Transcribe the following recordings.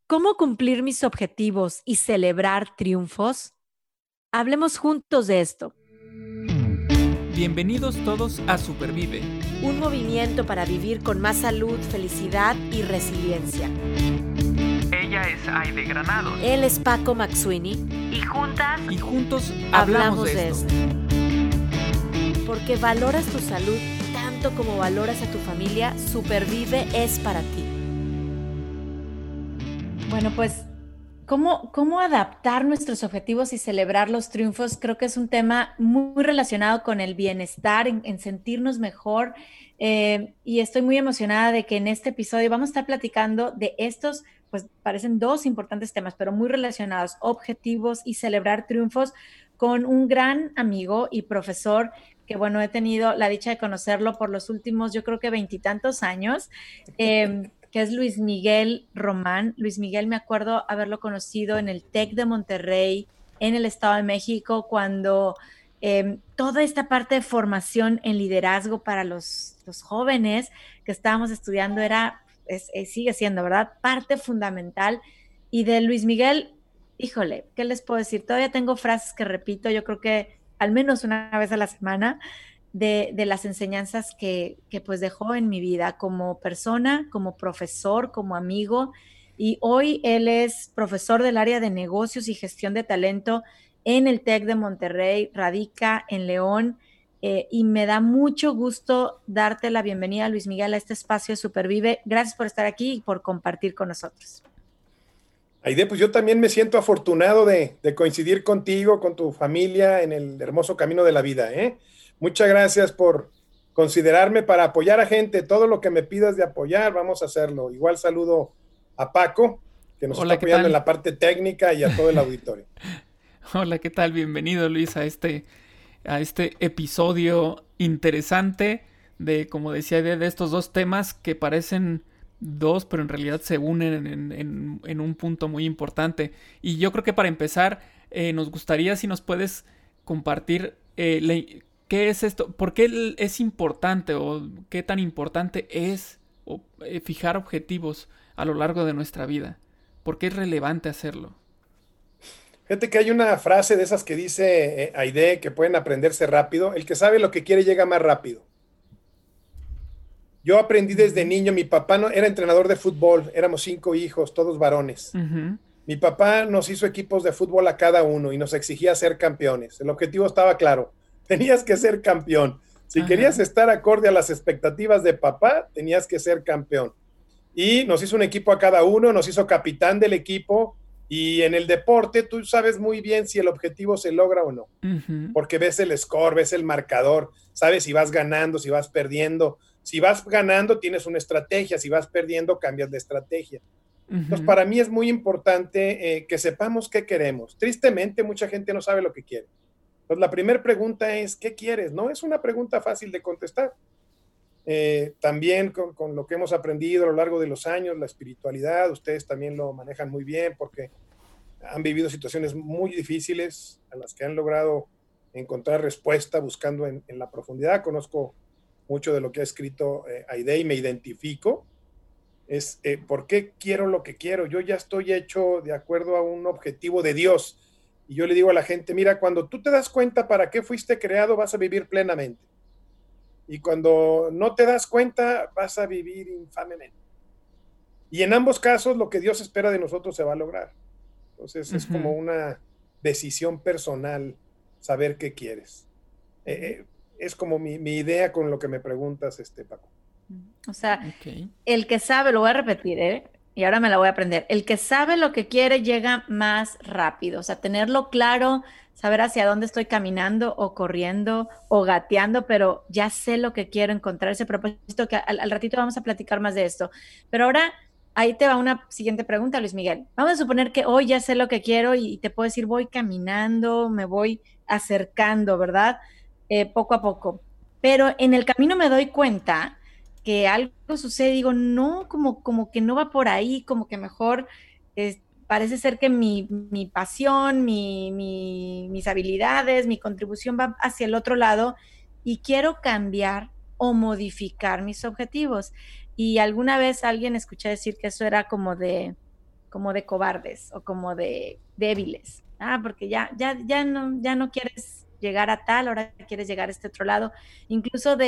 ¿Cómo cumplir mis objetivos y celebrar triunfos? Hablemos juntos de esto. Bienvenidos todos a Supervive. Un movimiento para vivir con más salud, felicidad y resiliencia. Ella es Aide Granados. Él es Paco Maxuini. Y juntos hablamos de esto. Porque valoras tu salud tanto como valoras a tu familia, Supervive es para ti. Bueno, pues, ¿cómo adaptar nuestros objetivos y celebrar los triunfos? Creo que es un tema muy relacionado con el bienestar, en sentirnos mejor. Y estoy muy emocionada de que en este episodio vamos a estar platicando de estos, pues parecen dos importantes temas, pero muy relacionados, objetivos y celebrar triunfos, con un gran amigo y profesor que, bueno, he tenido la dicha de conocerlo por los últimos, yo creo que 20 y tantos años. Que es Luis Miguel Román. Luis Miguel, me acuerdo haberlo conocido en el TEC de Monterrey, en el Estado de México, cuando toda esta parte de formación en liderazgo para los jóvenes que estábamos estudiando sigue siendo, ¿verdad?, parte fundamental. Y de Luis Miguel, híjole, ¿qué les puedo decir? Todavía tengo frases que repito, yo creo que al menos una vez a la semana, de las enseñanzas que pues dejó en mi vida como persona, como profesor, como amigo. Y hoy él es profesor del área de negocios y gestión de talento en el TEC de Monterrey, radica en León, y me da mucho gusto darte la bienvenida, Luis Miguel, a este espacio de Supervive. Gracias por estar aquí y por compartir con nosotros. Aide, pues yo también me siento afortunado de coincidir contigo, con tu familia en el hermoso camino de la vida, ¿eh? Muchas gracias por considerarme para apoyar a gente. Todo lo que me pidas de apoyar, vamos a hacerlo. Igual saludo a Paco, que nos está apoyando en la parte técnica, y a todo el auditorio. Hola, ¿qué tal? Bienvenido, Luis, a este episodio interesante de, como decía, de estos dos temas que parecen dos, pero en realidad se unen en un punto muy importante. Y yo creo que para empezar, nos gustaría si nos puedes compartir ¿qué es esto? ¿Por qué es importante o qué tan importante es fijar objetivos a lo largo de nuestra vida? ¿Por qué es relevante hacerlo? Fíjate que hay una frase de esas que dice Aide, que pueden aprenderse rápido. El que sabe lo que quiere llega más rápido. Yo aprendí desde niño. Mi papá era entrenador de fútbol. Éramos 5 hijos, todos varones. Uh-huh. Mi papá nos hizo equipos de fútbol a cada uno y nos exigía ser campeones. El objetivo estaba claro. Tenías que ser campeón. Si querías estar acorde a las expectativas de papá, tenías que ser campeón. Y nos hizo un equipo a cada uno, nos hizo capitán del equipo. Y en el deporte tú sabes muy bien si el objetivo se logra o no. Uh-huh. Porque ves el score, ves el marcador, sabes si vas ganando, si vas perdiendo. Si vas ganando, tienes una estrategia. Si vas perdiendo, cambias de estrategia. Uh-huh. Entonces, para mí es muy importante que sepamos qué queremos. Tristemente, mucha gente no sabe lo que quiere. Entonces, la primera pregunta es, ¿qué quieres? No es una pregunta fácil de contestar. También con lo que hemos aprendido a lo largo de los años, la espiritualidad, ustedes también lo manejan muy bien porque han vivido situaciones muy difíciles a las que han logrado encontrar respuesta buscando en la profundidad. Conozco mucho de lo que ha escrito Aide y me identifico. Es ¿por qué quiero lo que quiero? Yo ya estoy hecho de acuerdo a un objetivo de Dios. Y yo le digo a la gente, mira, cuando tú te das cuenta para qué fuiste creado, vas a vivir plenamente. Y cuando no te das cuenta, vas a vivir infamemente. Y en ambos casos, lo que Dios espera de nosotros se va a lograr. Entonces, es como una decisión personal saber qué quieres. Es como mi idea con lo que me preguntas, Paco. O sea, el que sabe, lo voy a repetir, y ahora me la voy a aprender. El que sabe lo que quiere llega más rápido. O sea, tenerlo claro, saber hacia dónde estoy caminando o corriendo o gateando, pero ya sé lo que quiero, encontrar ese propósito, que al ratito vamos a platicar más de esto. Pero ahora, ahí te va una siguiente pregunta, Luis Miguel. Vamos a suponer que hoy ya sé lo que quiero y te puedo decir, voy caminando, me voy acercando, ¿verdad? Poco a poco. Pero en el camino me doy cuenta que algo sucede, digo, no, como que no va por ahí, como que mejor parece ser que mi pasión, mis habilidades, mi contribución va hacia el otro lado y quiero cambiar o modificar mis objetivos. Y alguna vez alguien escuché decir que eso era como como de cobardes o como de débiles. Porque ya no quieres llegar a tal, ahora quieres llegar a este otro lado, incluso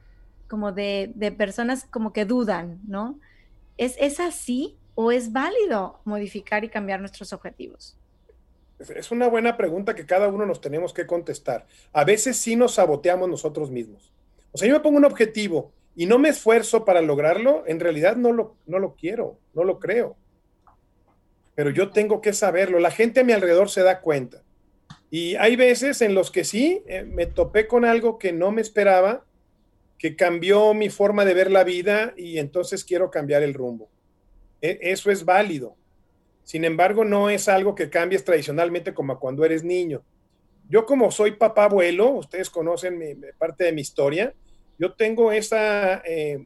de personas como que dudan, ¿no? ¿Es así o es válido modificar y cambiar nuestros objetivos? Es una buena pregunta que cada uno nos tenemos que contestar. A veces sí nos saboteamos nosotros mismos. O sea, yo me pongo un objetivo y no me esfuerzo para lograrlo, en realidad no lo quiero, no lo creo. Pero yo tengo que saberlo. La gente a mi alrededor se da cuenta. Y hay veces en los que sí, me topé con algo que no me esperaba, que cambió mi forma de ver la vida y entonces quiero cambiar el rumbo. Eso es válido. Sin embargo, no es algo que cambies tradicionalmente como cuando eres niño. Yo como soy papá abuelo, ustedes conocen parte de mi historia, yo tengo esta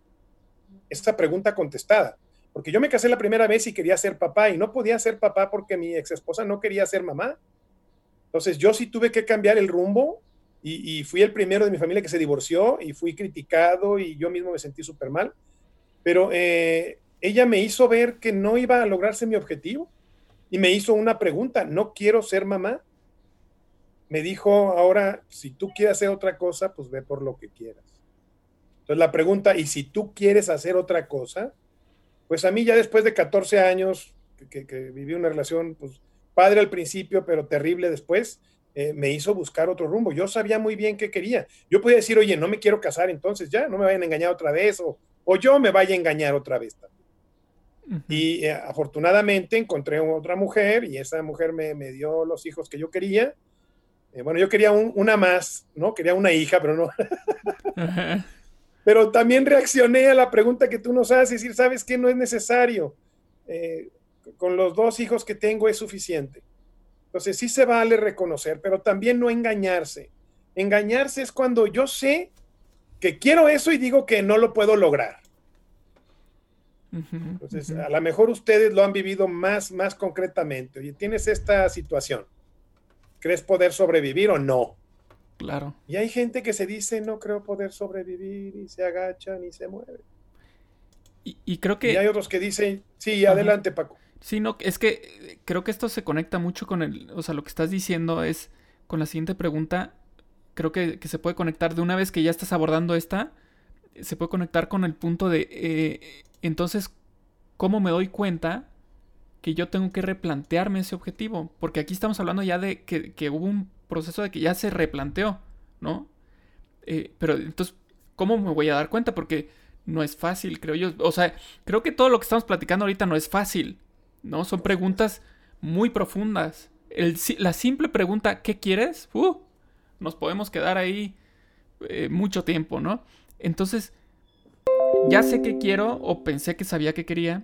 pregunta contestada. Porque yo me casé la primera vez y quería ser papá y no podía ser papá porque mi ex esposa no quería ser mamá. Entonces yo sí tuve que cambiar el rumbo y fui el primero de mi familia que se divorció y fui criticado y yo mismo me sentí súper mal. Pero ella me hizo ver que no iba a lograrse mi objetivo y me hizo una pregunta: ¿no quiero ser mamá? Me dijo: ahora, si tú quieres hacer otra cosa, pues ve por lo que quieras. Entonces la pregunta: ¿y si tú quieres hacer otra cosa? Pues a mí ya después de 14 años que viví una relación, pues padre al principio, pero terrible después, me hizo buscar otro rumbo. Yo sabía muy bien qué quería. Yo podía decir: oye, no me quiero casar, entonces ya, no me vayan a engañar otra vez, o yo me vaya a engañar otra vez también. Uh-huh. Y afortunadamente encontré otra mujer y esa mujer me dio los hijos que yo quería. Bueno, yo quería una más, ¿no? Quería una hija, pero no. Uh-huh. Pero también reaccioné a la pregunta que tú nos haces, decir: ¿sabes qué? No es necesario. Con los 2 hijos que tengo es suficiente. Entonces sí se vale reconocer, pero también no engañarse. Engañarse es cuando yo sé que quiero eso y digo que no lo puedo lograr. Entonces, a lo mejor ustedes lo han vivido más concretamente. Oye, tienes esta situación. ¿Crees poder sobrevivir o no? Claro. Y hay gente que se dice: no creo poder sobrevivir, y se agachan y se mueven. Y creo que... Y hay otros que dicen: sí, adelante, Paco. Sí, no, es que creo que esto se conecta mucho con o sea, lo que estás diciendo es, con la siguiente pregunta, creo que se puede conectar de una vez que ya estás abordando esta, se puede conectar con el punto de, entonces, ¿cómo me doy cuenta que yo tengo que replantearme ese objetivo? Porque aquí estamos hablando ya de que hubo un proceso de que ya se replanteó, ¿no? Pero entonces, ¿cómo me voy a dar cuenta? Porque no es fácil, creo yo. O sea, creo que todo lo que estamos platicando ahorita no es fácil, ¿no? Son preguntas muy profundas. La simple pregunta, ¿qué quieres? Nos podemos quedar ahí mucho tiempo, ¿no? Entonces, ya sé qué quiero, o pensé que sabía qué quería.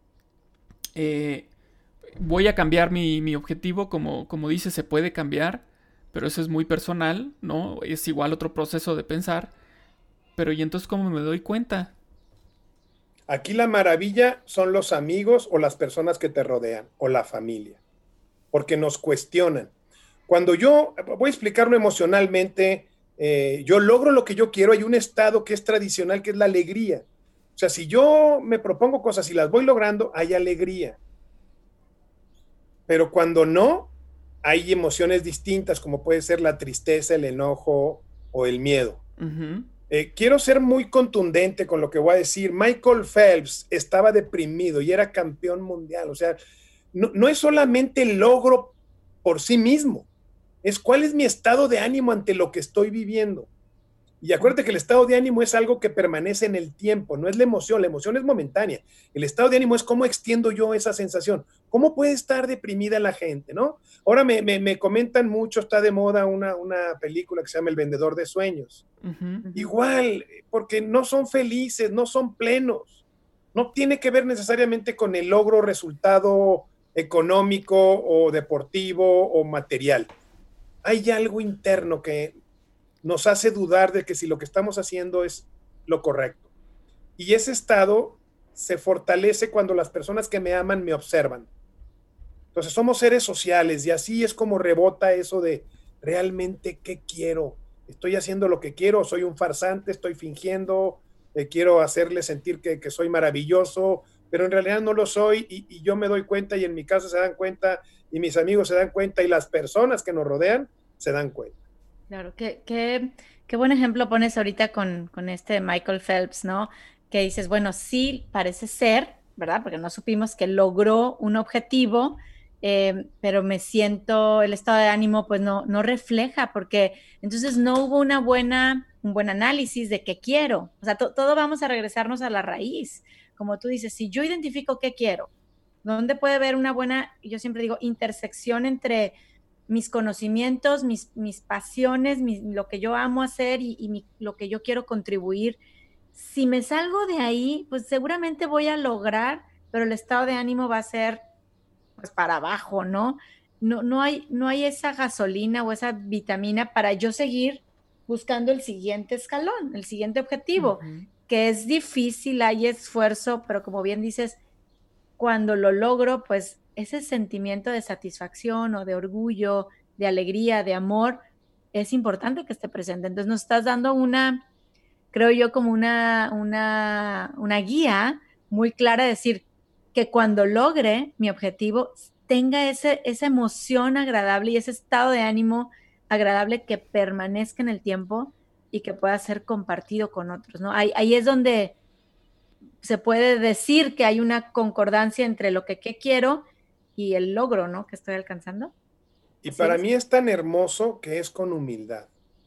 Voy a cambiar mi objetivo, como dice, se puede cambiar, pero eso es muy personal, ¿no? Es igual otro proceso de pensar. Pero ¿y entonces cómo me doy cuenta? Aquí la maravilla son los amigos o las personas que te rodean, o la familia, porque nos cuestionan. Cuando yo, voy a explicarlo emocionalmente, yo logro lo que yo quiero, hay un estado que es tradicional, que es la alegría. O sea, si yo me propongo cosas y las voy logrando, hay alegría. Pero cuando no, hay emociones distintas, como puede ser la tristeza, el enojo o el miedo. Uh-huh. Quiero ser muy contundente con lo que voy a decir. Michael Phelps estaba deprimido y era campeón mundial. O sea, no es solamente el logro por sí mismo, es cuál es mi estado de ánimo ante lo que estoy viviendo. Y acuérdate que el estado de ánimo es algo que permanece en el tiempo, no es la emoción es momentánea. El estado de ánimo es cómo extiendo yo esa sensación. ¿Cómo puede estar deprimida la gente, no? Ahora me comentan mucho, está de moda una película que se llama El vendedor de sueños. Uh-huh. Igual, porque no son felices, no son plenos. No tiene que ver necesariamente con el logro, resultado económico o deportivo o material. Hay algo interno que nos hace dudar de que si lo que estamos haciendo es lo correcto. Y ese estado se fortalece cuando las personas que me aman me observan. Entonces somos seres sociales y así es como rebota eso de realmente qué quiero. Estoy haciendo lo que quiero, soy un farsante, estoy fingiendo, quiero hacerle sentir que soy maravilloso pero en realidad no lo soy y yo me doy cuenta y en mi casa se dan cuenta y mis amigos se dan cuenta y las personas que nos rodean se dan cuenta. Claro, qué buen ejemplo pones ahorita con este Michael Phelps, ¿no? Que dices, bueno, sí parece ser, ¿verdad? Porque no supimos que logró un objetivo, pero me siento, el estado de ánimo pues no refleja, porque entonces no hubo un buen análisis de qué quiero. O sea, todo vamos a regresarnos a la raíz. Como tú dices, si yo identifico qué quiero, ¿dónde puede haber una buena, yo siempre digo, intersección entre mis conocimientos, mis pasiones, lo que yo amo hacer lo que yo quiero contribuir? Si me salgo de ahí, pues seguramente voy a lograr, pero el estado de ánimo va a ser pues para abajo, ¿no? No hay esa gasolina o esa vitamina para yo seguir buscando el siguiente escalón, el siguiente objetivo, que es difícil, hay esfuerzo, pero como bien dices, cuando lo logro, pues ese sentimiento de satisfacción o de orgullo, de alegría, de amor, es importante que esté presente. Entonces nos estás dando creo yo, como una guía muy clara de decir que cuando logre mi objetivo, tenga esa emoción agradable y ese estado de ánimo agradable que permanezca en el tiempo y que pueda ser compartido con otros, ¿no? Ahí es donde se puede decir que hay una concordancia entre lo que quiero y el logro, ¿no? Que estoy alcanzando. Y para mí es tan hermoso que es con humildad.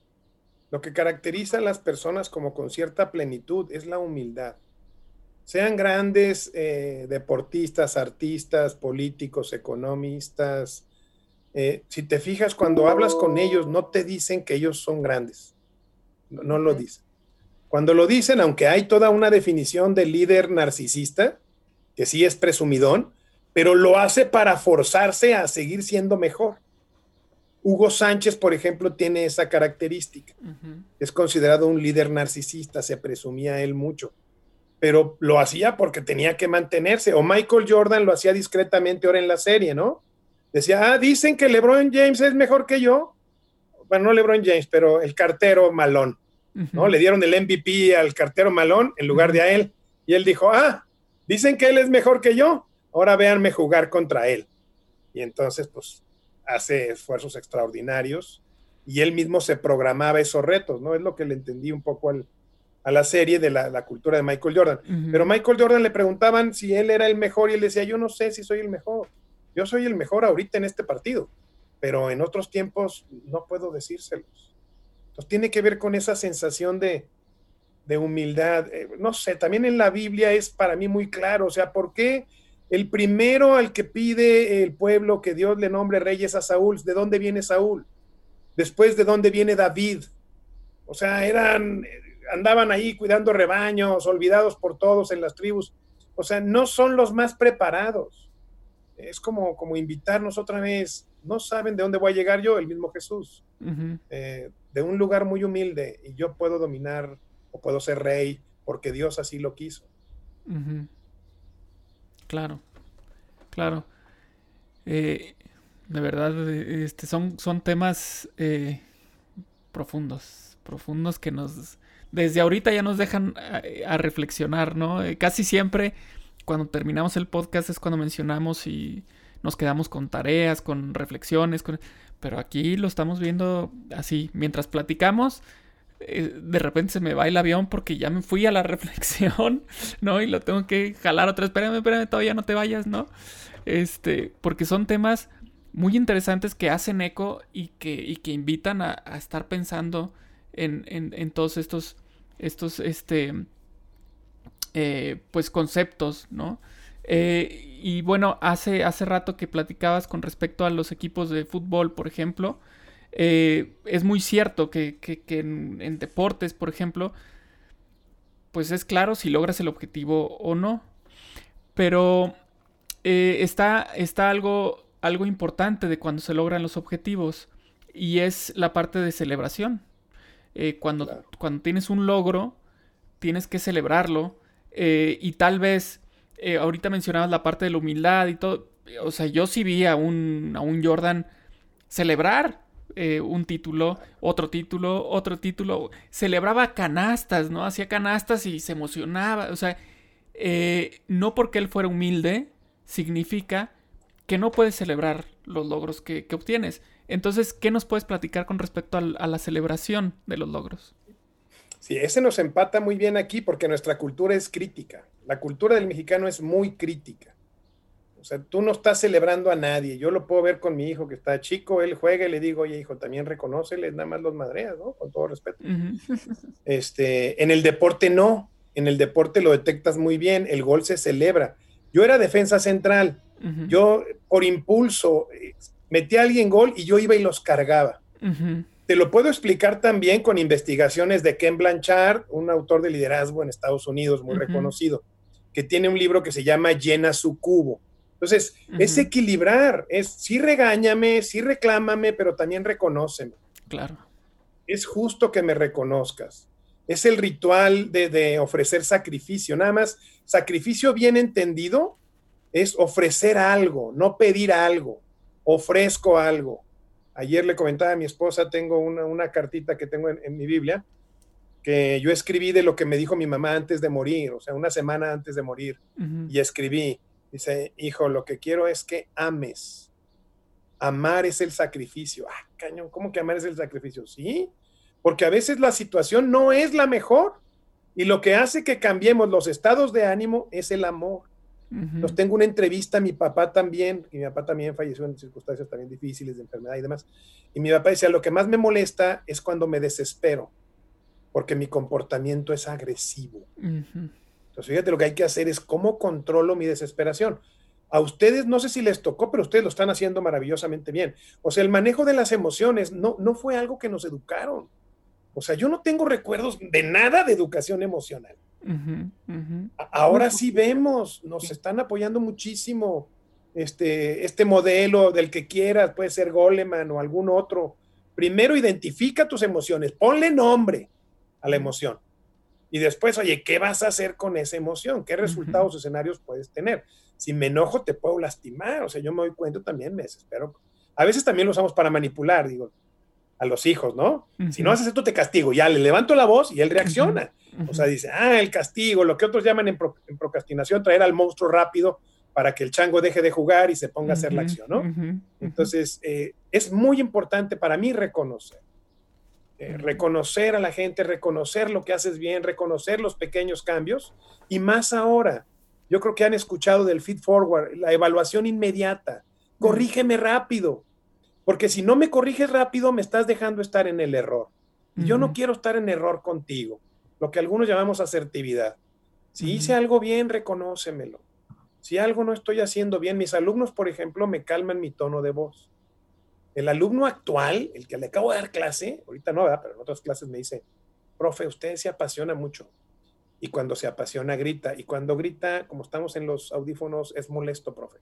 Lo que caracteriza a las personas como con cierta plenitud es la humildad. Sean grandes deportistas, artistas, políticos, economistas. Si te fijas, cuando hablas con ellos, no te dicen que ellos son grandes. No lo dicen. Cuando lo dicen, aunque hay toda una definición de líder narcisista, que sí es presumidón, pero lo hace para forzarse a seguir siendo mejor. Hugo Sánchez, por ejemplo, tiene esa característica. Es considerado un líder narcisista, se presumía él mucho, pero lo hacía porque tenía que mantenerse. O Michael Jordan lo hacía discretamente ahora en la serie, ¿no? Decía, dicen que LeBron James es mejor que yo. Bueno, no LeBron James, pero el cartero Malone, ¿no? Le dieron el MVP al cartero Malone en lugar de a él. Y él dijo, dicen que él es mejor que yo. Ahora véanme jugar contra él. Y entonces, pues, hace esfuerzos extraordinarios y él mismo se programaba esos retos, ¿no? Es lo que le entendí un poco a la serie de la cultura de Michael Jordan. Pero Michael Jordan le preguntaban si él era el mejor y él decía, yo no sé si soy el mejor. Yo soy el mejor ahorita en este partido, pero en otros tiempos no puedo decírselos. Entonces tiene que ver con esa sensación de humildad. No sé, también en la Biblia es para mí muy claro, o sea, ¿por qué el primero al que pide el pueblo que Dios le nombre rey es a Saúl? ¿De dónde viene Saúl? Después, ¿de dónde viene David? O sea, andaban ahí cuidando rebaños, olvidados por todos en las tribus. O sea, no son los más preparados. Es como invitarnos otra vez. No saben de dónde voy a llegar yo, el mismo Jesús. De un lugar muy humilde, y yo puedo dominar o puedo ser rey porque Dios así lo quiso. Claro. De verdad, son temas profundos que desde ahorita ya nos dejan a reflexionar, ¿no? Casi siempre cuando terminamos el podcast es cuando mencionamos y nos quedamos con tareas, con reflexiones, pero aquí lo estamos viendo así, mientras platicamos. De repente se me va el avión porque ya me fui a la reflexión, ¿no? Y lo tengo que jalar otra vez. Espérame, todavía no te vayas, ¿no? Porque son temas muy interesantes que hacen eco y que invitan a estar pensando en todos estos pues conceptos, ¿no? Y bueno, hace rato que platicabas con respecto a los equipos de fútbol, por ejemplo. Es muy cierto que en deportes, por ejemplo, pues es claro si logras el objetivo o no. Pero está algo importante de cuando se logran los objetivos, y es la parte de celebración. Cuando tienes un logro, tienes que celebrarlo, y tal vez ahorita mencionabas la parte de la humildad y todo. O sea, yo sí vi a un Jordan celebrar un título, otro título, celebraba canastas, ¿no? Hacía canastas y se emocionaba. O sea, no porque él fuera humilde significa que no puedes celebrar los logros que obtienes. Entonces, ¿qué nos puedes platicar con respecto a la celebración de los logros? Sí, ese nos empata muy bien aquí porque nuestra cultura es crítica. La cultura del mexicano es muy crítica. O sea, tú no estás celebrando a nadie. Yo lo puedo ver con mi hijo que está chico, él juega y le digo, oye, hijo, también reconócele, nada más los madreas, ¿no? Con todo respeto. Uh-huh. En el deporte no. En el deporte lo detectas muy bien, el gol se celebra. Yo era defensa central. Uh-huh. Yo, por impulso, metí a alguien gol y yo iba y los cargaba. Uh-huh. Te lo puedo explicar también con investigaciones de Ken Blanchard, un autor de liderazgo en Estados Unidos muy reconocido, que tiene un libro que se llama Llena su cubo. Entonces, es equilibrar, es sí regáñame, sí reclámame, pero también reconóceme. Claro. Es justo que me reconozcas. Es el ritual de ofrecer sacrificio. Nada más, sacrificio bien entendido es ofrecer algo, no pedir algo. Ofrezco algo. Ayer le comentaba a mi esposa, tengo una cartita que tengo en mi Biblia, que yo escribí de lo que me dijo mi mamá antes de morir, o sea, una semana antes de morir, y escribí, dice, hijo, lo que quiero es que ames. Amar es el sacrificio. Ah, cañón, ¿cómo que amar es el sacrificio? Sí, porque a veces la situación no es la mejor, y lo que hace que cambiemos los estados de ánimo es el amor. Entonces tengo una entrevista a mi papá también, y mi papá también falleció en circunstancias también difíciles de enfermedad y demás, y mi papá decía, lo que más me molesta es cuando me desespero, porque mi comportamiento es agresivo. Entonces fíjate, lo que hay que hacer es cómo controlo mi desesperación. A ustedes no sé si les tocó, pero ustedes lo están haciendo maravillosamente bien. O sea, el manejo de las emociones no fue algo que nos educaron. O sea, yo no tengo recuerdos de nada de educación emocional. Ahora sí vemos, nos están apoyando muchísimo este modelo del que quieras, puede ser Goleman o algún otro. Primero identifica tus emociones, ponle nombre a la emoción y después, oye, ¿qué vas a hacer con esa emoción? ¿Qué resultados o escenarios puedes tener? Si me enojo te puedo lastimar, o sea, yo me doy cuenta también, me desespero. A veces también lo usamos para manipular, digo, a los hijos, ¿no? Si no haces esto te castigo, ya le levanto la voz y él reacciona. O sea, dice, el castigo, lo que otros llaman en procrastinación, traer al monstruo rápido para que el chango deje de jugar y se ponga a hacer la acción, ¿no? Entonces, es muy importante para mí reconocer. Reconocer a la gente, reconocer lo que haces bien, reconocer los pequeños cambios, y más ahora, yo creo que han escuchado del feed forward, la evaluación inmediata. Corrígeme rápido, porque si no me corriges rápido, me estás dejando estar en el error. Y yo no quiero estar en error contigo, lo que algunos llamamos asertividad. Si hice algo bien, reconócemelo. Si algo no estoy haciendo bien, mis alumnos, por ejemplo, me calman mi tono de voz. El alumno actual, el que le acabo de dar clase, ahorita no, ¿verdad? Pero en otras clases me dice, profe, usted se apasiona mucho. Y cuando se apasiona, grita. Y cuando grita, como estamos en los audífonos, es molesto, profe.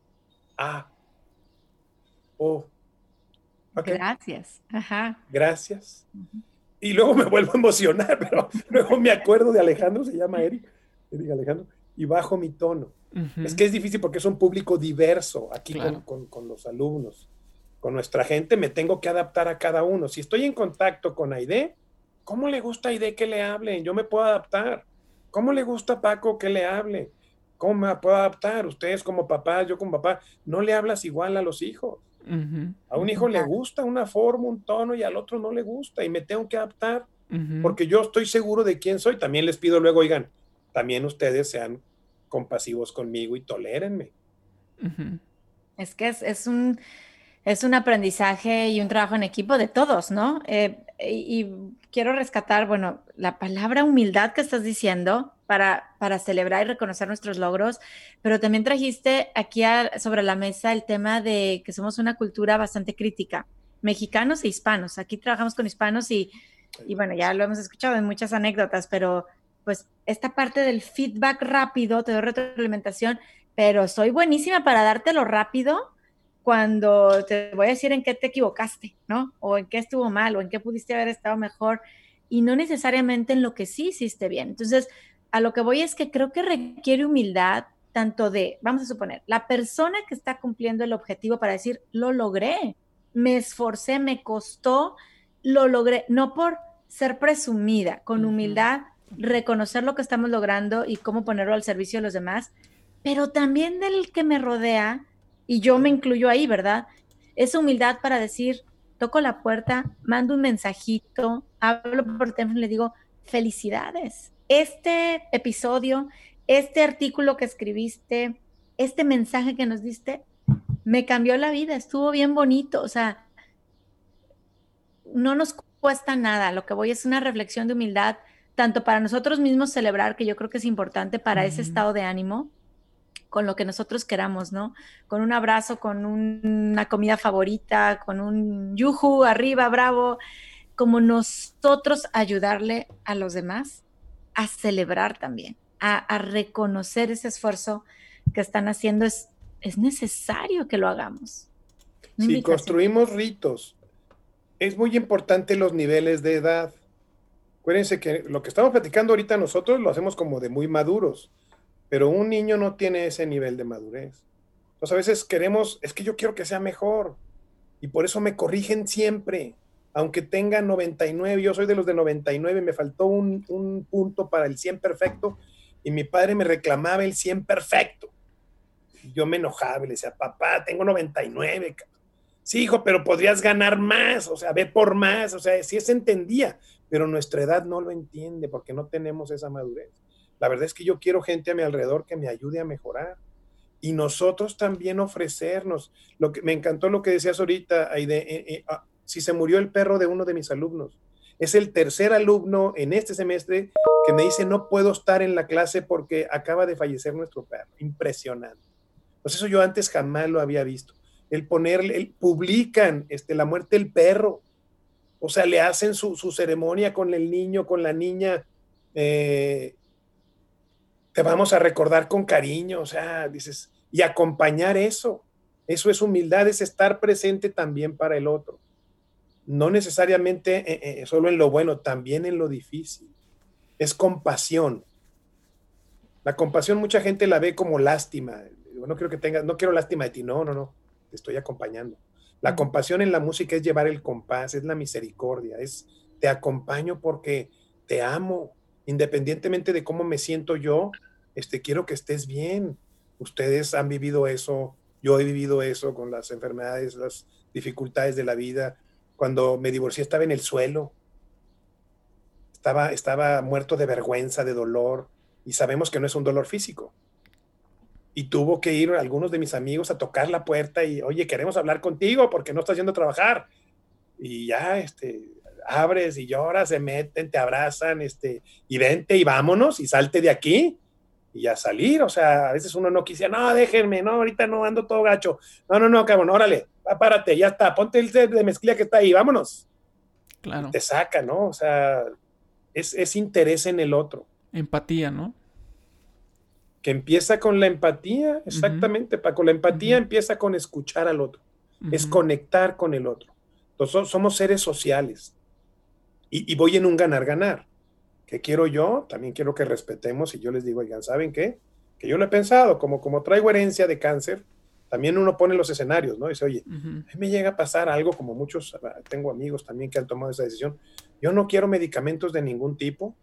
Okay. Gracias. Ajá. Gracias. Y luego me vuelvo a emocionar, pero luego me acuerdo de Alejandro, se llama Eric Alejandro, y bajo mi tono. Es que es difícil porque es un público diverso aquí, claro, con los alumnos. Con nuestra gente me tengo que adaptar a cada uno. Si estoy en contacto con Aide, ¿cómo le gusta a Aide que le hablen? Yo me puedo adaptar. ¿Cómo le gusta a Paco que le hable? ¿Cómo me puedo adaptar? Ustedes como papás, yo como papá, no le hablas igual a los hijos. A un hijo le gusta una forma, un tono, y al otro no le gusta, y me tengo que adaptar, porque yo estoy seguro de quién soy. También les pido luego, oigan, también ustedes sean compasivos conmigo y tolérenme. Es que es un aprendizaje y un trabajo en equipo de todos, ¿no? Y quiero rescatar, bueno, la palabra humildad que estás diciendo para celebrar y reconocer nuestros logros, pero también trajiste aquí sobre la mesa el tema de que somos una cultura bastante crítica, mexicanos e hispanos. Aquí trabajamos con hispanos y bueno, ya lo hemos escuchado en muchas anécdotas, pero pues esta parte del feedback rápido, te doy retroalimentación, pero soy buenísima para dártelo rápido cuando te voy a decir en qué te equivocaste, ¿no? O en qué estuvo mal, o en qué pudiste haber estado mejor, y no necesariamente en lo que sí hiciste bien. Entonces, a lo que voy es que creo que requiere humildad, tanto de, vamos a suponer, la persona que está cumpliendo el objetivo para decir, lo logré, me esforcé, me costó, lo logré, no por ser presumida, con humildad, reconocer lo que estamos logrando y cómo ponerlo al servicio de los demás, pero también del que me rodea, y yo me incluyo ahí, ¿verdad? Esa humildad para decir, toco la puerta, mando un mensajito, hablo por teléfono y le digo, felicidades. Este episodio, este artículo que escribiste, este mensaje que nos diste, me cambió la vida, estuvo bien bonito, o sea, no nos cuesta nada, lo que voy es una reflexión de humildad, tanto para nosotros mismos celebrar, que yo creo que es importante para ese estado de ánimo, con lo que nosotros queramos, ¿no? Con un abrazo, con una comida favorita, con un yuju, arriba, bravo, como nosotros ayudarle a los demás a celebrar también, a reconocer ese esfuerzo que están haciendo, es necesario que lo hagamos. Si construimos ritos, es muy importante los niveles de edad. Acuérdense que lo que estamos platicando ahorita nosotros lo hacemos como de muy maduros, pero un niño no tiene ese nivel de madurez. Entonces a veces queremos, es que yo quiero que sea mejor, y por eso me corrigen siempre, aunque tenga 99, yo soy de los de 99, me faltó un punto para el 100 perfecto, y mi padre me reclamaba el 100 perfecto. Y yo me enojaba y le decía, papá, tengo 99, sí, hijo, pero podrías ganar más, o sea, ve por más, o sea, sí se entendía, pero nuestra edad no lo entiende porque no tenemos esa madurez. La verdad es que yo quiero gente a mi alrededor que me ayude a mejorar y nosotros también ofrecernos. Me encantó lo que decías ahorita, Aide, si se murió el perro de uno de mis alumnos. Es el tercer alumno en este semestre que me dice no puedo estar en la clase porque acaba de fallecer nuestro perro. Impresionante. Pues eso yo antes jamás lo había visto. Publican la muerte del perro, o sea, le hacen su ceremonia con el niño, con la niña, te vamos a recordar con cariño, o sea, dices, y acompañar eso es humildad, es estar presente también para el otro, no necesariamente solo en lo bueno, también en lo difícil, es compasión. La compasión mucha gente la ve como lástima, no quiero lástima de ti, no, te estoy acompañando. La compasión en la música es llevar el compás, es la misericordia, te acompaño porque te amo, independientemente de cómo me siento yo, quiero que estés bien. Ustedes han vivido eso, yo he vivido eso con las enfermedades, las dificultades de la vida. Cuando me divorcié estaba en el suelo, estaba muerto de vergüenza, de dolor, y sabemos que no es un dolor físico. Y tuvo que ir algunos de mis amigos a tocar la puerta y, oye, queremos hablar contigo porque no estás yendo a trabajar. Y ya, abres y lloras, se meten, te abrazan, y vente y vámonos y salte de aquí y ya salir. O sea, a veces uno no quisiera, no, déjenme, no, ahorita no, ando todo gacho. No, cabrón, órale, párate, ya está, ponte el de mezclilla que está ahí, vámonos. Claro. Y te saca, ¿no? O sea, es interés en el otro. Empatía, ¿no? Que empieza con la empatía, exactamente, Paco. La empatía empieza con escuchar al otro, es conectar con el otro. Entonces, somos seres sociales y voy en un ganar-ganar. ¿Qué quiero yo? También quiero que respetemos y yo les digo, oigan, ¿saben qué? Que yo lo he pensado, como traigo herencia de cáncer, también uno pone los escenarios, ¿no? Dice, oye, a mí me llega a pasar algo, como muchos, tengo amigos también que han tomado esa decisión, yo no quiero medicamentos de ningún tipo,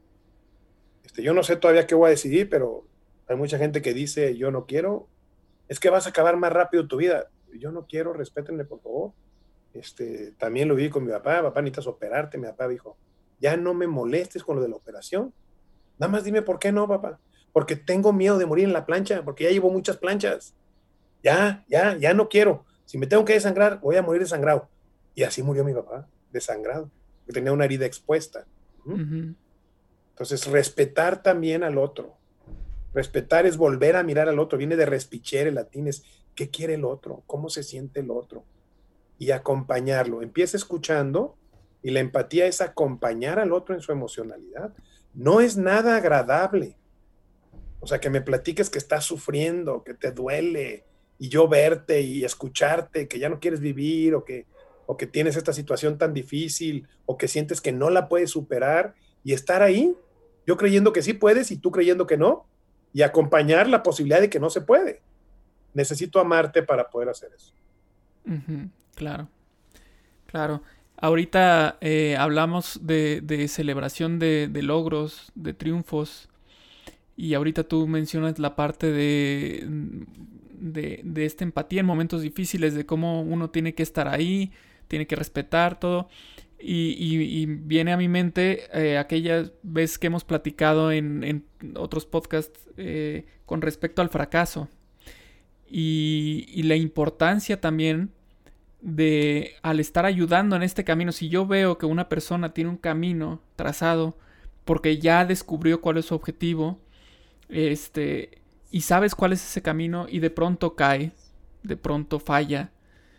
yo no sé todavía qué voy a decidir, pero hay mucha gente que dice, yo no quiero, es que vas a acabar más rápido tu vida. Yo no quiero, respétenme, por favor. También lo vi con mi papá necesitas operarte. Mi papá dijo, ya no me molestes con lo de la operación. Nada más dime por qué no, papá. Porque tengo miedo de morir en la plancha, porque ya llevo muchas planchas. Ya no quiero. Si me tengo que desangrar, voy a morir desangrado. Y así murió mi papá, desangrado, que tenía una herida expuesta. Entonces, respetar también al otro. Respetar es volver a mirar al otro, viene de respichare, el latín es ¿qué quiere el otro? ¿Cómo se siente el otro? Y acompañarlo. Empieza escuchando y la empatía es acompañar al otro en su emocionalidad. No es nada agradable. O sea, que me platiques que estás sufriendo, que te duele, y yo verte y escucharte, que ya no quieres vivir o que tienes esta situación tan difícil o que sientes que no la puedes superar y estar ahí, yo creyendo que sí puedes y tú creyendo que no. Y acompañar la posibilidad de que no se puede. Necesito amarte para poder hacer eso. Claro. Ahorita hablamos de celebración de logros, de triunfos, y ahorita tú mencionas la parte de esta empatía en momentos difíciles, de cómo uno tiene que estar ahí, tiene que respetar todo. Y viene a mi mente aquella vez que hemos platicado en otros podcasts con respecto al fracaso y la importancia también de al estar ayudando en este camino. Si yo veo que una persona tiene un camino trazado porque ya descubrió cuál es su objetivo, y sabes cuál es ese camino y de pronto cae, de pronto falla,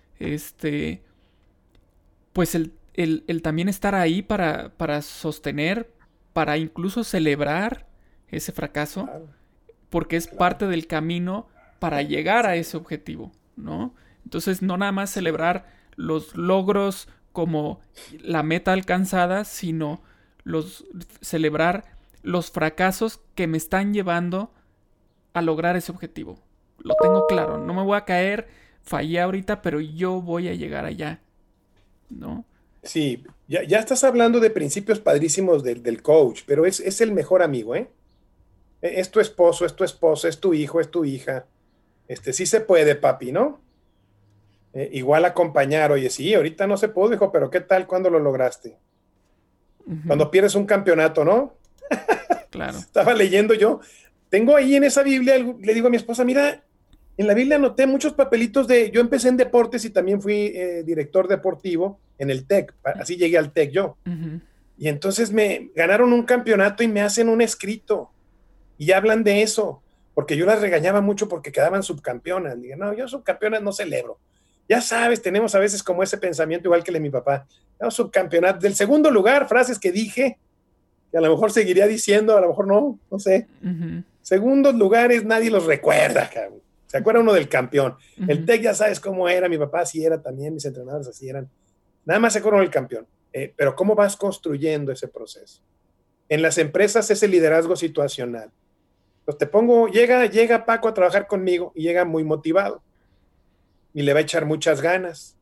pues el también estar ahí para sostener, para incluso celebrar ese fracaso, Claro, porque es claro. parte del camino para llegar a ese objetivo, ¿no? Entonces, no nada más celebrar los logros como la meta alcanzada, sino celebrar los fracasos que me están llevando a lograr ese objetivo. Lo tengo claro, no me voy a caer, fallé ahorita, pero yo voy a llegar allá, ¿no? Sí, ya estás hablando de principios padrísimos del coach, pero es el mejor amigo, ¿eh? Es tu esposo, es tu esposa, es tu hijo, es tu hija. Sí se puede, papi, ¿no? Igual acompañar, oye, sí, ahorita no se pudo, hijo, pero ¿qué tal cuando lo lograste? Ujú, Cuando pierdes un campeonato, ¿no? claro. Estaba leyendo yo, tengo ahí en esa Biblia, le digo a mi esposa, mira, en la Biblia anoté muchos papelitos yo empecé en deportes y también fui director deportivo en el TEC, así llegué al TEC yo. Ujú, Y entonces me ganaron un campeonato y me hacen un escrito y hablan de eso, porque yo las regañaba mucho porque quedaban subcampeonas. Dije, no, yo subcampeonas no celebro. Ya sabes, tenemos a veces como ese pensamiento igual que el de mi papá. No, subcampeonato. Del segundo lugar, frases que dije, que a lo mejor seguiría diciendo, a lo mejor no, no sé. ujú, Segundos lugares nadie los recuerda, cabrón. Se acuerda uno del campeón. El ujú. TEC ya sabes cómo era, mi papá así era también, mis entrenadores así eran. Nada más se acuerdan del campeón. Pero ¿cómo vas construyendo ese proceso? En las empresas es el liderazgo situacional. Entonces te pongo, llega Paco a trabajar conmigo y llega muy motivado y le va a echar muchas ganas.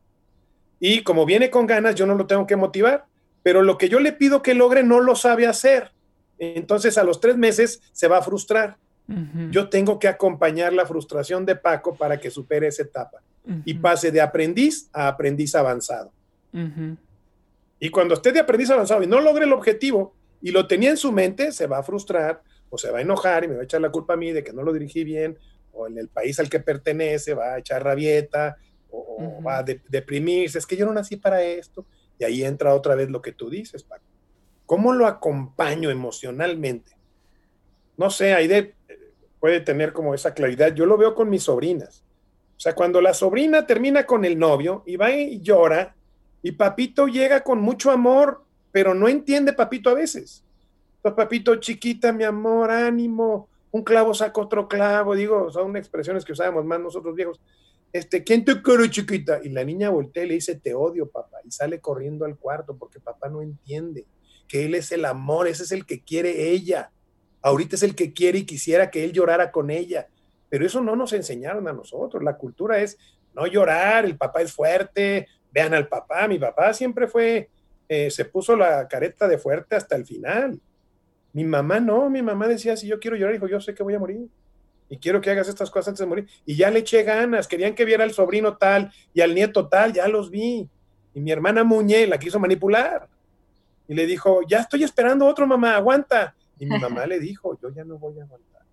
Y como viene con ganas, yo no lo tengo que motivar, pero lo que yo le pido que logre no lo sabe hacer. Entonces a los 3 meses se va a frustrar. Ujú, Yo tengo que acompañar la frustración de Paco para que supere esa etapa y ujú, pase de aprendiz a aprendiz avanzado. ujú, Y cuando esté de aprendiz avanzado y no logre el objetivo y lo tenía en su mente, se va a frustrar o se va a enojar y me va a echar la culpa a mí de que no lo dirigí bien, o en el país al que pertenece va a echar rabieta o va ujú. a deprimirse. Es que yo no nací para esto. Y ahí entra otra vez lo que tú dices, Paco. ¿Cómo lo acompaño emocionalmente? No sé, Aide puede tener como esa claridad. Yo lo veo con mis sobrinas. O sea, cuando la sobrina termina con el novio y va y llora, y papito llega con mucho amor, pero no entiende papito a veces. Entonces, papito, chiquita, mi amor, ánimo, un clavo saca otro clavo, digo, son expresiones que usábamos más nosotros viejos. ¿Quién te quiere, chiquita? Y la niña voltea y le dice, te odio, papá, y sale corriendo al cuarto porque papá no entiende que él es el amor, ese es el que quiere ella. Ahorita es el que quiere y quisiera que él llorara con ella. Pero eso no nos enseñaron a nosotros. La cultura es no llorar, el papá es fuerte, vean al papá. Mi papá siempre se puso la careta de fuerte hasta el final. Mi mamá no, mi mamá decía, si yo quiero llorar, dijo, yo sé que voy a morir y quiero que hagas estas cosas antes de morir. Y ya le eché ganas, querían que viera al sobrino tal y al nieto tal, ya los vi. Y mi hermana Muñe la quiso manipular y le dijo, ya estoy esperando otro, mamá, aguanta. Y mi mamá le dijo, yo ya no voy a aguantar,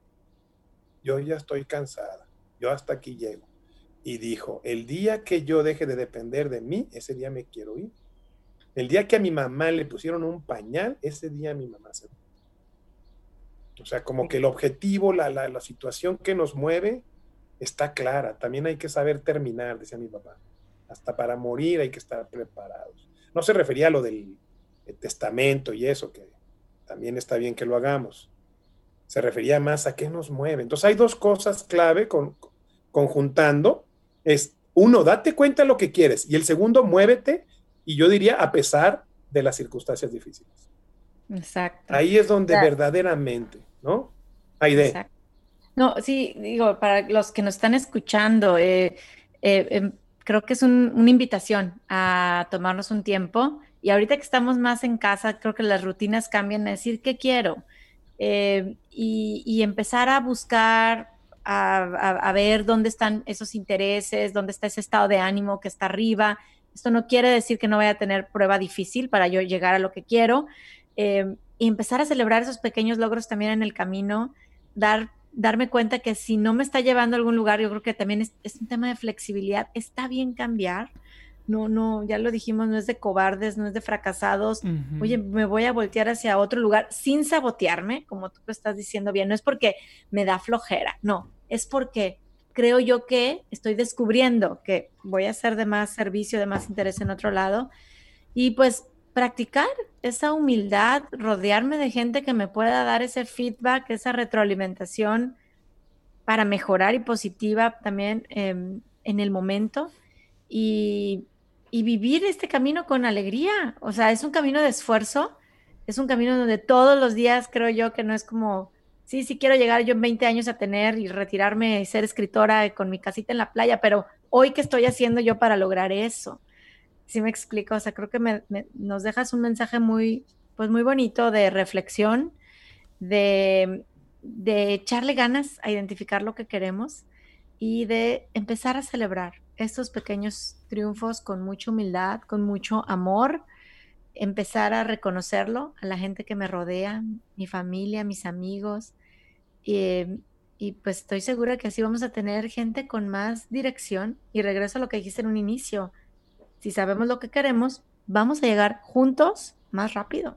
yo ya estoy cansada, yo hasta aquí llego. Y dijo, el día que yo deje de depender de mí, ese día me quiero ir. El día que a mi mamá le pusieron un pañal, ese día mi mamá se fue. O sea, como que el objetivo, la situación que nos mueve está clara. También hay que saber terminar, decía mi papá. Hasta para morir hay que estar preparados. No se refería a lo del testamento y eso, que también está bien que lo hagamos. Se refería más a qué nos mueve. Entonces hay dos cosas clave conjuntando. Es uno, date cuenta de lo que quieres. Y el segundo, muévete. Y yo diría, a pesar de las circunstancias difíciles. Exacto. Ahí es donde verdaderamente, ¿no? Aide. Exacto. No, sí, digo, para los que nos están escuchando, creo que es una invitación a tomarnos un tiempo. Y ahorita que estamos más en casa, creo que las rutinas cambian a decir qué quiero. Y empezar a buscar, a ver dónde están esos intereses, dónde está ese estado de ánimo que está arriba. Esto no quiere decir que no vaya a tener prueba difícil para yo llegar a lo que quiero. Y empezar a celebrar esos pequeños logros también en el camino, darme cuenta que si no me está llevando a algún lugar, yo creo que también es un tema de flexibilidad. Está bien cambiar. No, ya lo dijimos, no es de cobardes, no es de fracasados. Oye, me voy a voltear hacia otro lugar sin sabotearme, como tú lo estás diciendo bien. No es porque me da flojera, no, es porque creo yo que estoy descubriendo que voy a ser de más servicio, de más interés en otro lado. Y pues practicar esa humildad, rodearme de gente que me pueda dar ese feedback, esa retroalimentación para mejorar y positiva también en el momento y, y vivir este camino con alegría. O sea, es un camino de esfuerzo, es un camino donde todos los días creo yo que no es como, sí quiero llegar yo en 20 años a tener y retirarme y ser escritora con mi casita en la playa, pero hoy qué estoy haciendo yo para lograr eso. ¿Sí me explico? O sea, creo que nos dejas un mensaje muy, pues muy bonito de reflexión, de, de echarle ganas a identificar lo que queremos y de empezar a celebrar estos pequeños triunfos con mucha humildad, con mucho amor, empezar a reconocerlo a la gente que me rodea, mi familia, mis amigos, y, y pues estoy segura que así vamos a tener gente con más dirección y regreso a lo que dijiste en un inicio. Si sabemos lo que queremos, vamos a llegar juntos más rápido.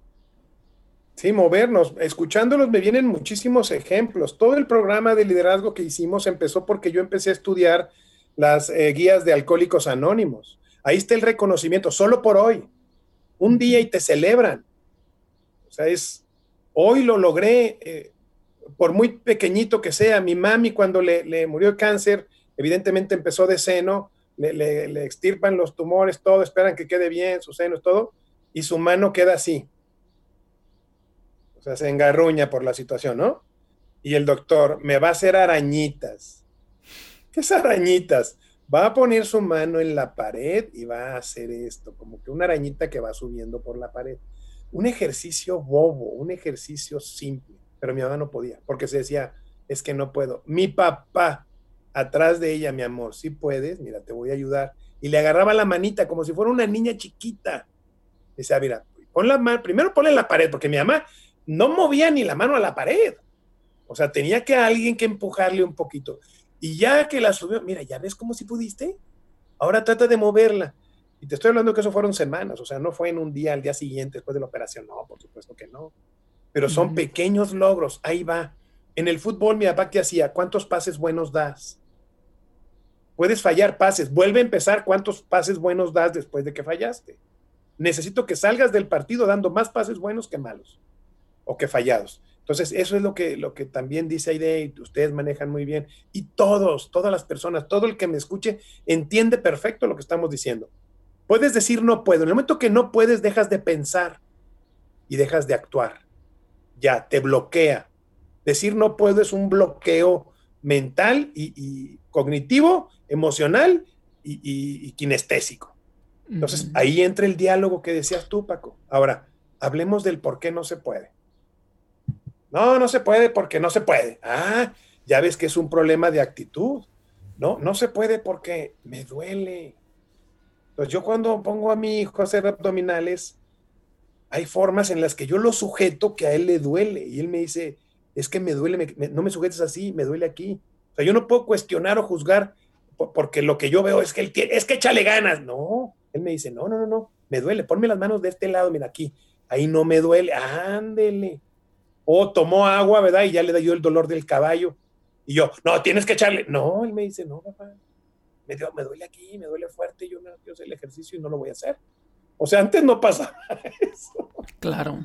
Sí, movernos. Escuchándolos me vienen muchísimos ejemplos. Todo el programa de liderazgo que hicimos empezó porque yo empecé a estudiar las guías de Alcohólicos Anónimos. Ahí está el reconocimiento, solo por hoy. Un día y te celebran. O sea, hoy lo logré, por muy pequeñito que sea. Mi mami cuando le murió de cáncer, evidentemente empezó de seno, le extirpan los tumores, todo, esperan que quede bien, sus senos, todo, y su mano queda así. O sea, se engarruña por la situación, ¿no? Y el doctor, me va a hacer arañitas. ¿Qué es arañitas? Va a poner su mano en la pared y va a hacer esto, como que una arañita que va subiendo por la pared. Un ejercicio bobo, un ejercicio simple, pero mi mamá no podía, porque se decía, es que no puedo. Mi papá, atrás de ella, mi amor, sí puedes, mira, te voy a ayudar. Y le agarraba la manita como si fuera una niña chiquita. Decía, mira, pon la mano, primero ponle en la pared, porque mi mamá no movía ni la mano a la pared. O sea, tenía que alguien que empujarle un poquito. Y ya que la subió, mira, ¿ya ves cómo sí pudiste? Ahora trata de moverla. Y te estoy hablando que eso fueron semanas, o sea, no fue en un día, al día siguiente, después de la operación, no, por supuesto que no. Pero son pequeños logros, ahí va. En el fútbol, mi papá, ¿qué hacía? ¿Cuántos pases buenos das? Puedes fallar pases, vuelve a empezar, ¿cuántos pases buenos das después de que fallaste? Necesito que salgas del partido dando más pases buenos que malos o que fallados. Entonces, eso es lo que también dice Aide y ustedes manejan muy bien. Y todas las personas, todo el que me escuche, entiende perfecto lo que estamos diciendo. Puedes decir no puedo. En el momento que no puedes, dejas de pensar y dejas de actuar. Ya, te bloquea. Decir no puedo es un bloqueo mental y cognitivo, emocional y kinestésico. Entonces, ahí entra el diálogo que decías tú, Paco. Ahora, hablemos del por qué no se puede. No se puede porque no se puede. Ya ves que es un problema de actitud. No se puede porque me duele. Entonces yo cuando pongo a mi hijo a hacer abdominales, hay formas en las que yo lo sujeto que a él le duele. Y él me dice, es que me duele, no me sujetes así, me duele aquí. O sea, yo no puedo cuestionar o juzgar porque lo que yo veo es que él tiene, es que échale ganas. No, él me dice, no, me duele, ponme las manos de este lado, mira aquí. Ahí no me duele, ándele. O tomó agua, ¿verdad? Y ya le dio el dolor del caballo. Y yo, no, tienes que echarle. No, él me dice, no, papá, me duele aquí, me duele fuerte, yo no quiero hacer el ejercicio y no lo voy a hacer. O sea, antes no pasaba eso. Claro.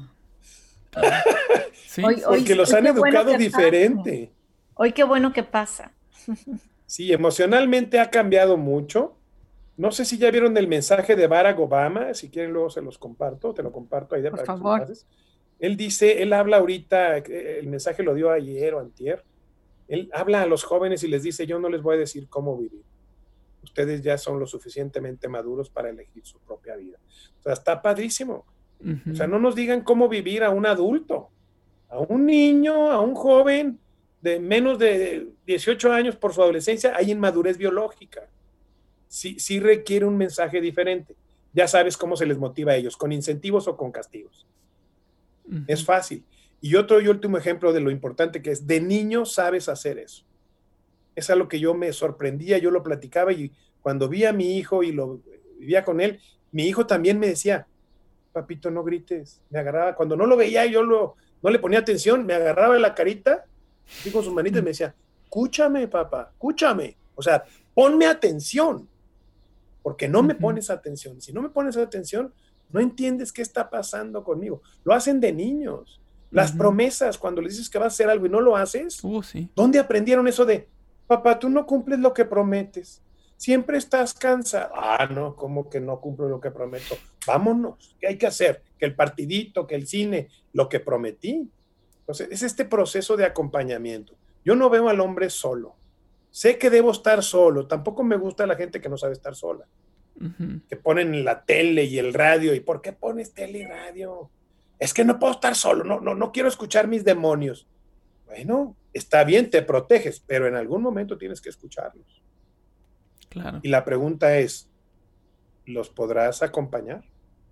Sí, porque los han educado diferente. Hoy qué bueno que pasa. Sí, emocionalmente ha cambiado mucho. No sé si ya vieron el mensaje de Barack Obama, si quieren luego se los comparto, te lo comparto ahí para que se lo pases. Él habla ahorita, el mensaje lo dio ayer o antier, él habla a los jóvenes y les dice, yo no les voy a decir cómo vivir, ustedes ya son lo suficientemente maduros para elegir su propia vida. O sea, está padrísimo. O sea, no nos digan cómo vivir a un adulto, a un niño, a un joven de menos de 18 años por su adolescencia, hay inmadurez biológica. Sí requiere un mensaje diferente. Ya sabes cómo se les motiva a ellos, con incentivos o con castigos. Es fácil. Y otro y último ejemplo de lo importante que es, de niño sabes hacer eso. Es algo que yo me sorprendía, yo lo platicaba y cuando vi a mi hijo y lo vivía con él, mi hijo también me decía, papito, no grites. Me agarraba, cuando no lo veía, no le ponía atención, me agarraba de la carita, así con sus manitas y me decía, escúchame, papá, escúchame. O sea, ponme atención, porque no me pones atención. Si no me pones atención, no entiendes qué está pasando conmigo. Lo hacen de niños. Las promesas, cuando les dices que vas a hacer algo y no lo haces, sí. ¿Dónde aprendieron eso de, papá, tú no cumples lo que prometes? Siempre estás cansado. No, ¿cómo que no cumplo lo que prometo? Vámonos, ¿qué hay que hacer? Que el partidito, que el cine, lo que prometí. Entonces, es este proceso de acompañamiento. Yo no veo al hombre solo. Sé que debo estar solo. Tampoco me gusta la gente que no sabe estar sola. Que ponen la tele y el radio. ¿Y por qué pones tele y radio? Es que no puedo estar solo. No quiero escuchar mis demonios. Bueno, está bien, te proteges, pero en algún momento tienes que escucharlos. Claro. Y la pregunta es, ¿los podrás acompañar?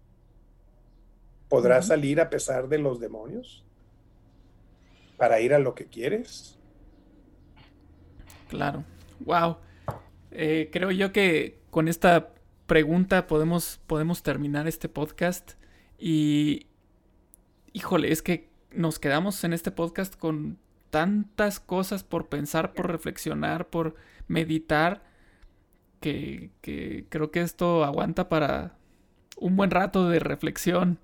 ¿Podrás salir a pesar de los demonios? ¿Para ir a lo que quieres? Claro. Wow. Creo yo que con esta pregunta podemos terminar este podcast. Y híjole, es que nos quedamos en este podcast con tantas cosas por pensar, por reflexionar, por meditar, que creo que esto aguanta para un buen rato de reflexión.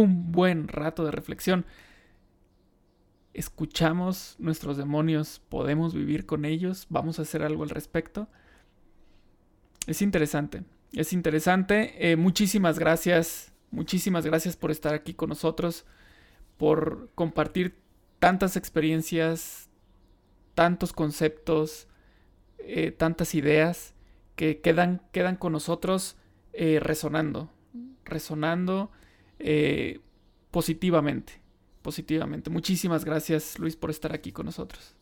Escuchamos nuestros demonios, podemos vivir con ellos, vamos a hacer algo al respecto. Es interesante. Muchísimas gracias por estar aquí con nosotros, por compartir tantas experiencias, tantos conceptos, tantas ideas que quedan con nosotros resonando positivamente. Muchísimas gracias, Luis, por estar aquí con nosotros.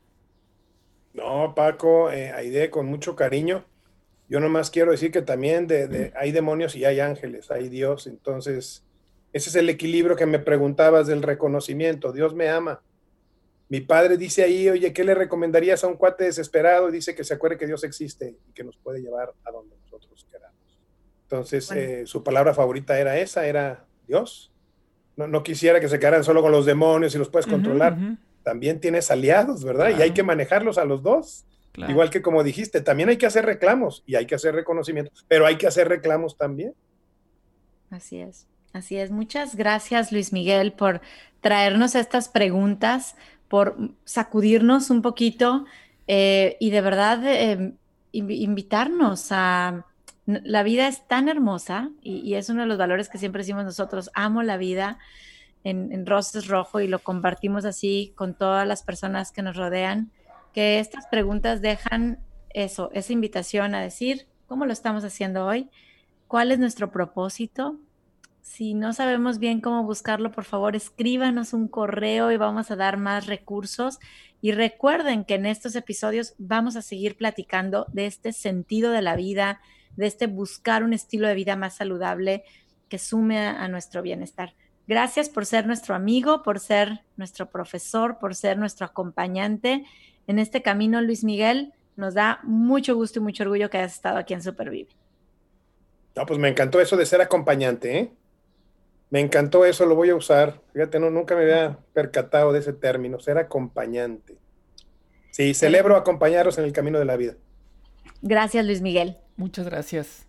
No, Paco, Aide, con mucho cariño. Yo nomás quiero decir que también hay demonios y hay ángeles, hay Dios. Entonces, ese es el equilibrio que me preguntabas del reconocimiento. Dios me ama. Mi padre dice ahí, oye, ¿qué le recomendarías a un cuate desesperado? Y dice que se acuerde que Dios existe y que nos puede llevar a donde nosotros queramos. Entonces, bueno, su palabra favorita era Dios. No quisiera que se quedaran solo con los demonios y los puedes controlar. También tienes aliados, ¿verdad? Claro. Y hay que manejarlos a los dos. Claro. Igual que como dijiste, también hay que hacer reclamos y hay que hacer reconocimiento, pero hay que hacer reclamos también. Así es. Muchas gracias, Luis Miguel, por traernos estas preguntas, por sacudirnos un poquito y de verdad invitarnos a... La vida es tan hermosa y es uno de los valores que siempre decimos nosotros, amo la vida en Rosas Rojo y lo compartimos así con todas las personas que nos rodean, que estas preguntas dejan esa invitación a decir, ¿cómo lo estamos haciendo hoy? ¿Cuál es nuestro propósito? Si no sabemos bien cómo buscarlo, por favor, escríbanos un correo y vamos a dar más recursos. Y recuerden que en estos episodios vamos a seguir platicando de este sentido de la vida, de este buscar un estilo de vida más saludable que sume a nuestro bienestar. Gracias por ser nuestro amigo, por ser nuestro profesor, por ser nuestro acompañante en este camino, Luis Miguel. Nos da mucho gusto y mucho orgullo que hayas estado aquí en Supervive. No, pues me encantó eso de ser acompañante, ¿eh? Me encantó eso, lo voy a usar. Fíjate, nunca me había percatado de ese término, ser acompañante. Sí, celebro acompañaros en el camino de la vida. Gracias, Luis Miguel. Muchas gracias.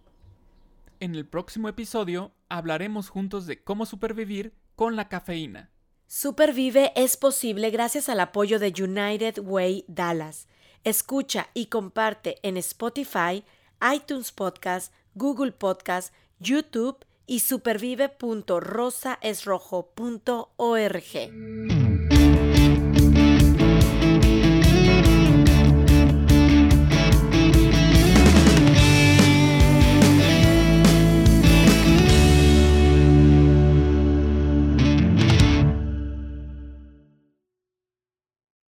En el próximo episodio hablaremos juntos de cómo supervivir con la cafeína. Supervive es posible gracias al apoyo de United Way Dallas. Escucha y comparte en Spotify, iTunes Podcast, Google Podcast, YouTube y supervive.rosaesrojo.org.